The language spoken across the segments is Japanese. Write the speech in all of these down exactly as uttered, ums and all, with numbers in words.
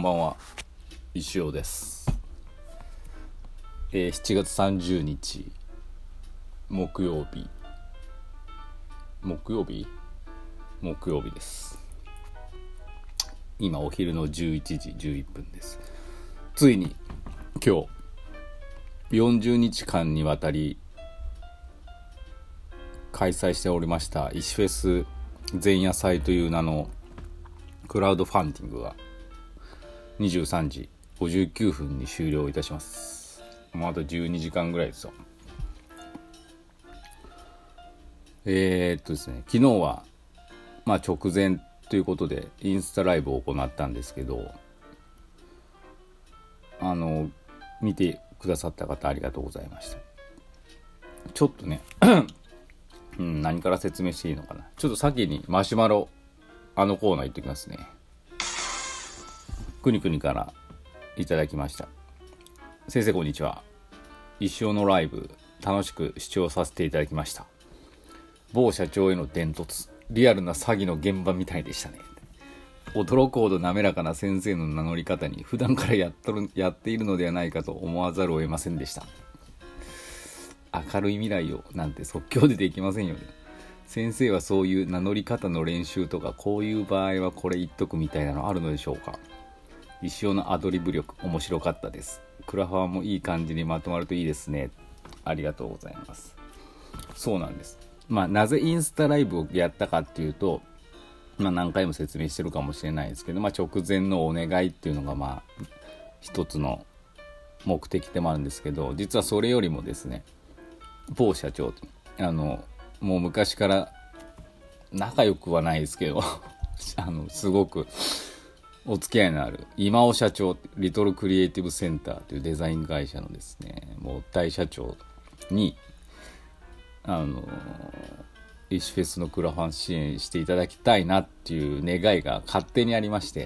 こんばんは、石尾です。えー、しちがつさんじゅうにち木曜日木曜日木曜日です。今お昼のじゅういちじじゅういっぷんです。ついに今日よんじゅうにちかんにわたり開催しておりました石フェス前夜祭という名のクラウドファンディングがにじゅうさんじごじゅうきゅうふんに終了いたします。もうあとじゅうにじかんぐらいですよ。えー、っとですね昨日はまあ直前ということでインスタライブを行ったんですけど、あの見てくださった方ありがとうございました。ちょっとねうん、何から説明していいのかな。ちょっと先にマシュマロあのコーナー行ってきますね。くにくにからいただきました。先生こんにちは。一生のライブ楽しく視聴させていただきました。某社長への伝突、リアルな詐欺の現場みたいでしたね。驚くほど滑らかな先生の名乗り方に普段からやっとるやっているのではないかと思わざるを得ませんでした。明るい未来をなんて即興でできませんよね。先生はそういう名乗り方の練習とか、こういう場合はこれ言っとくみたいなのあるのでしょうか。一生のアドリブ力面白かったです。クラファーもいい感じにまとまるといいですね。ありがとうございます。そうなんです。まあなぜインスタライブをやったかっていうと、まあ何回も説明してるかもしれないですけど、まあ直前のお願いっていうのがまあ一つの目的でもあるんですけど、実はそれよりもですね、某社長あのもう昔から仲良くはないですけどあのすごくお付き合いのある今尾社長、リトルクリエイティブセンターというデザイン会社のですね、もう大社長にあの石フェスのクラファン支援していただきたいなっていう願いが勝手にありまして、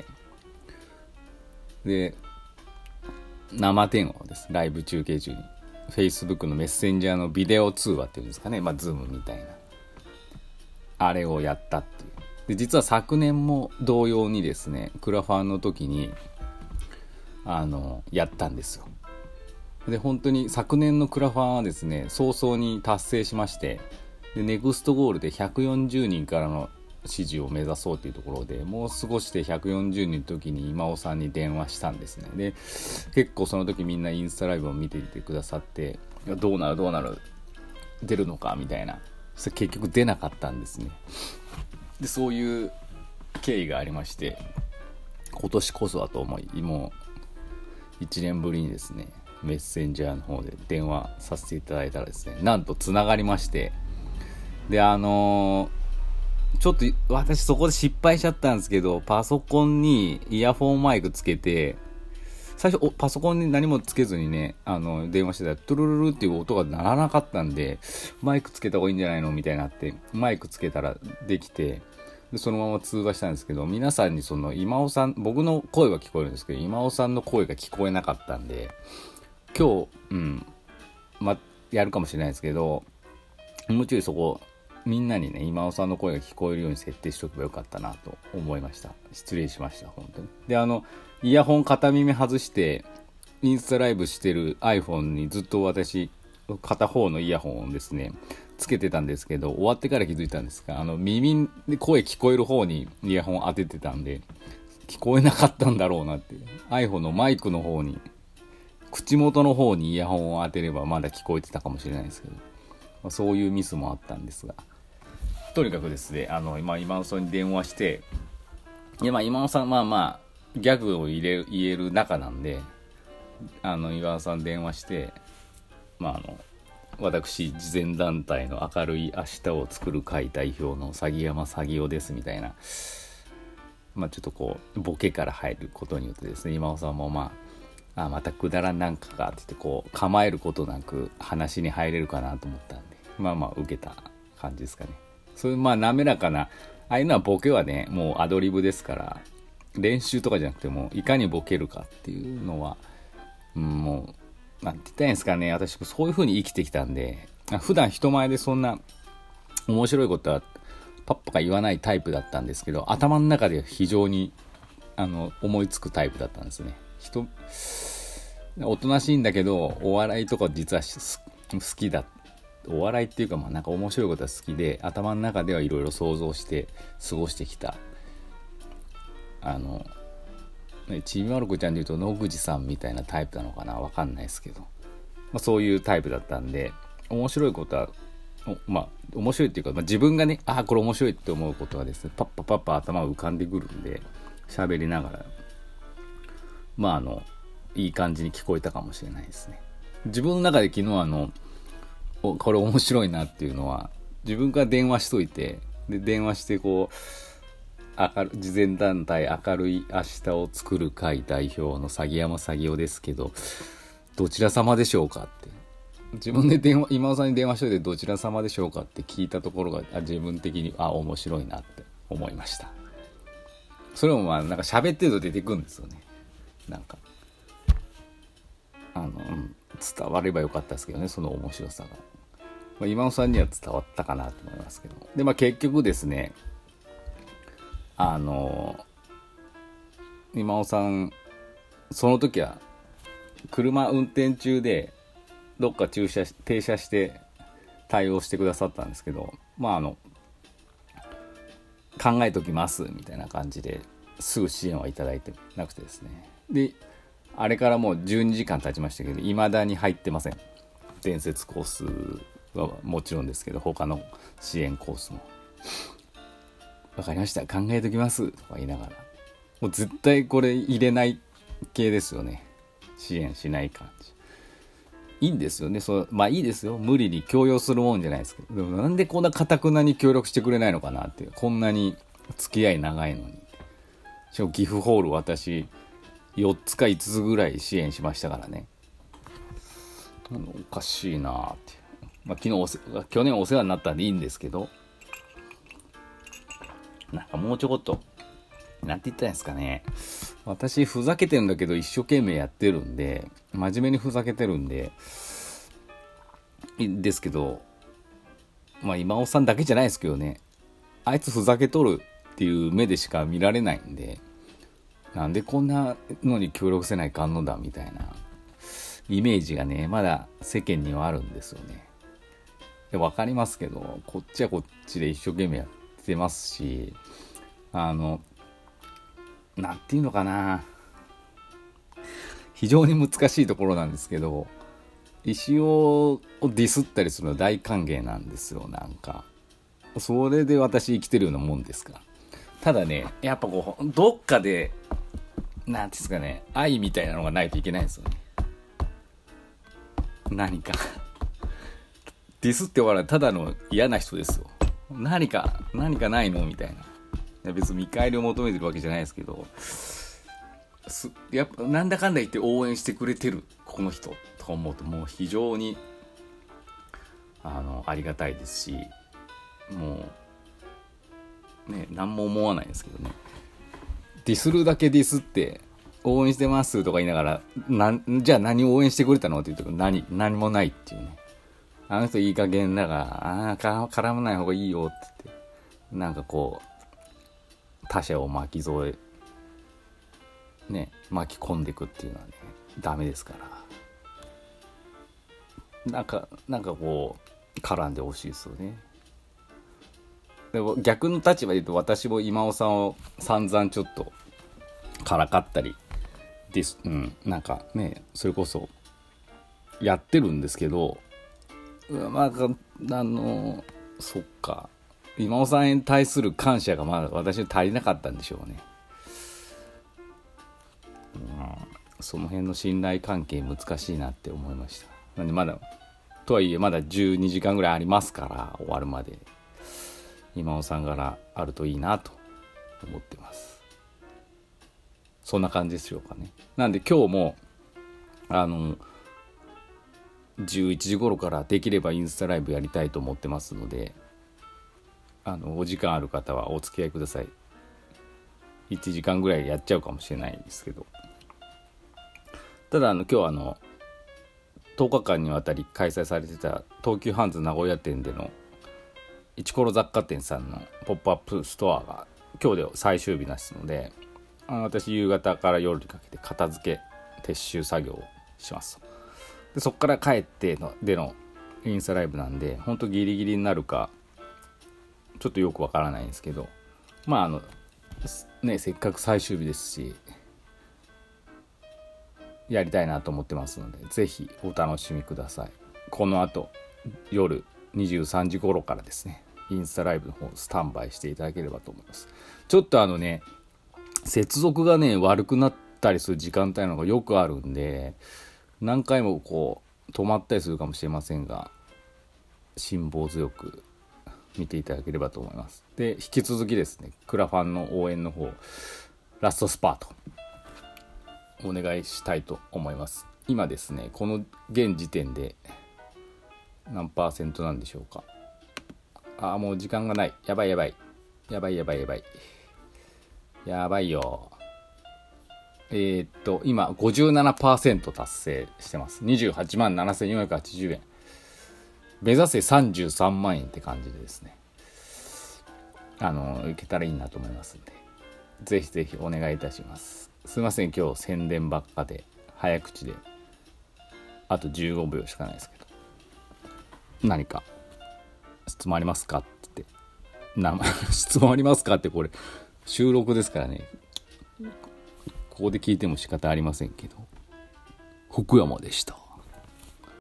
で生電話です。ライブ中継中にFacebook のメッセンジャーのビデオ通話っていうんですかね、まあ Zoom みたいなあれをやったっていう。で実は昨年も同様にですね、クラファンの時にあのやったんですよ。で本当に昨年のクラファンはですね早々に達成しまして、でネクストゴールでひゃくよんじゅうにんからの支持を目指そうというところで、もう少しでひゃくよんじゅうにんの時に今尾さんに電話したんですね。で結構その時みんなインスタライブを見ていてくださって、どうなるどうなる出るのかみたいな、そして結局出なかったんですね。でそういう経緯がありまして、今年こそはと思い、もういちねんぶりにですねメッセンジャーの方で電話させていただいたらですね、なんとつながりまして、であのーちょっと私そこで失敗しちゃったんですけど、パソコンにイヤホンマイクつけて、最初パソコンに何もつけずにね、あの電話してたらトゥルルルっていう音が鳴らなかったんで、マイクつけた方がいいんじゃないのみたいになって、マイクつけたらできて、でそのまま通話したんですけど、皆さんにその今尾さん、僕の声は聞こえるんですけど今尾さんの声が聞こえなかったんで、今日うんまやるかもしれないですけど、もうちょいそこみんなにね今尾さんの声が聞こえるように設定しておけばよかったなと思いました。失礼しました本当に。であのイヤホン片耳外してインスタライブしてる iPhone にずっと私片方のイヤホンをですねつけてたんですけど、終わってから気づいたんですが、あの耳で声聞こえる方にイヤホン当ててたんで聞こえなかったんだろうなって。 iPhone のマイクの方に、口元の方にイヤホンを当てればまだ聞こえてたかもしれないですけど、そういうミスもあったんですが、とにかくですね、あの今今尾さんに電話して、いやまあ今尾さんまあまあギャグを入れ言える仲なんで、あの今尾さん電話して、まああの私慈善団体の明るい明日を作る会代表の詐欺山詐欺男ですみたいな、まあちょっとこうボケから入ることによってですね、今尾さんもまああまたくだらんなんかかって言ってこう構えることなく話に入れるかなと思ったんで、まあまあ受けた感じですかね。そういうまあ滑らかな、ああいうのはボケはねもうアドリブですから、練習とかじゃなくてもいかにボケるかっていうのは、うん、もうなんて言ったらいいんですかね、私そういう風に生きてきたんで、普段人前でそんな面白いことはパッパカ言わないタイプだったんですけど、頭の中で非常にあの思いつくタイプだったんですね。人おとなしいんだけどお笑いとか実は好きだ、お笑いっていうかまあなんか面白いことは好きで、頭の中ではいろいろ想像して過ごしてきた、あのね、ちびまる子ちゃんでいうと野口さんみたいなタイプなのかな、わかんないですけど、まあ、そういうタイプだったんで、面白いことはまあ面白いっていうか、まあ、自分がね、ああこれ面白いって思うことはですね、パッパパッパ頭浮かんでくるんで、喋りながらまああのいい感じに聞こえたかもしれないですね。自分の中で昨日あのこれ面白いなっていうのは、自分から電話しといて、で電話してこう明る慈善団体明るい明日を作る会代表の鷺山鷺夫ですけど、どちら様でしょうかって自分で電話今尾さんに電話しといて、どちら様でしょうかって聞いたところが、あ自分的にあ面白いなって思いました。それもまあなんか喋ってると出てくるんですよね。なんかあの、うん、伝わればよかったですけどね、その面白さが、まあ、今尾さんには伝わったかなと思いますけど、でまあ結局ですね、あの今尾さんその時は車運転中でどっか駐車停車して対応してくださったんですけど、まああの考えときますみたいな感じですぐ支援はいただいてなくてですね、であれからもうじゅうにじかん経ちましたけど、未だに入ってません。伝説コースはもちろんですけど、他の支援コースもわかりました考えときますとか言いながら、もう絶対これ入れない系ですよね。支援しない感じいいんですよね。そうまあいいですよ、無理に強要するもんじゃないですけど、でもなんでこんな堅くなに協力してくれないのかなっていう、こんなに付き合い長いのに。しかも岐阜ホール私よっつかいつつぐらい支援しましたからね。おかしいなって、まあ、昨日おせ去年お世話になったんでいいんですけど、なんかもうちょこっとなんて言ったらいいんですかね、私ふざけてるんだけど一生懸命やってるんで、真面目にふざけてるんでいいんですけど、まあ今尾さんだけじゃないですけどね、あいつふざけとるっていう目でしか見られないんで、なんでこんなのに協力せないかんのだみたいなイメージがね、まだ世間にはあるんですよね。で分かりますけど、こっちはこっちで一生懸命やってますし、あのなんていうのかな、非常に難しいところなんですけど、石尾をディスったりするのは大歓迎なんですよ。なんかそれで私生きてるようなもんですから。ただね、やっぱこうどっかでなんていうんですかね、愛みたいなのがないといけないんですよね。何かディスって笑うただの嫌な人ですよ。何か何かないのみたいな。別に見返りを求めてるわけじゃないですけど、すやっぱなんだかんだ言って応援してくれてるこの人と思うと、もう非常にあのありがたいですし、もうね何も思わないですけどね。ディスるだけディスって応援してますとか言いながら、なじゃあ何を応援してくれたのって言うと何何もないっていうね。あの人いい加減だからあか絡まない方がいいよって言って、なんかこう他者を巻き添えね巻き込んでいくっていうのはねダメですから、なんかなんかこう絡んでほしいですよね。でも逆の立場で言うと、私も今尾さんを散々ちょっとからかったりです、うん、なんかねそれこそやってるんですけど、まああのそっか今尾さんに対する感謝がまだ私に足りなかったんでしょうね。うん、その辺の信頼関係難しいなって思いました。なんでまだとはいえまだじゅうにじかんぐらいありますから、終わるまで今尾さんからあるといいなと思ってます。そんな感じでしょうかね。なんで今日もあのじゅういちじ頃からできればインスタライブやりたいと思ってますので、あのお時間ある方はお付き合いください。いちじかんぐらいやっちゃうかもしれないですけど、ただあの今日はあのとおかかんにわたり開催されてた東急ハンズ名古屋店でのイチコロ雑貨店さんのポップアップストアが今日で最終日ですので、 あの私夕方から夜にかけて片付け撤収作業をします。でそこから帰ってのでのインスタライブなんで、ほんとギリギリになるかちょっとよくわからないんですけど、まああのねせっかく最終日ですしやりたいなと思ってますので、ぜひお楽しみください。この後夜にじゅうさんじ頃からですね、インスタライブの方スタンバイしていただければと思います。ちょっとあのね接続がね悪くなったりする時間帯のがよくあるんで、何回もこう止まったりするかもしれませんが、辛抱強く見ていただければと思います。で引き続きですね、クラファンの応援の方ラストスパートお願いしたいと思います。今ですねこの現時点で何パーセントなんでしょうか。あーもう時間がない。やばいやばいやばいやばいやばいやばいよ。えー、っと今 ごじゅうななパーセント 達成してます。にじゅうはちまんななせんよんひゃくはちじゅうえん、目指せさんじゅうさんまんえんって感じでですね、あのいけたらいいなと思いますんで、ぜひぜひお願いいたします。すいません今日宣伝ばっかで早口であとじゅうごびょうしかないですけど、何か質問ありますかってな質問ありますかってこれ収録ですからね、ここで聞いても仕方ありませんけど、福山でした。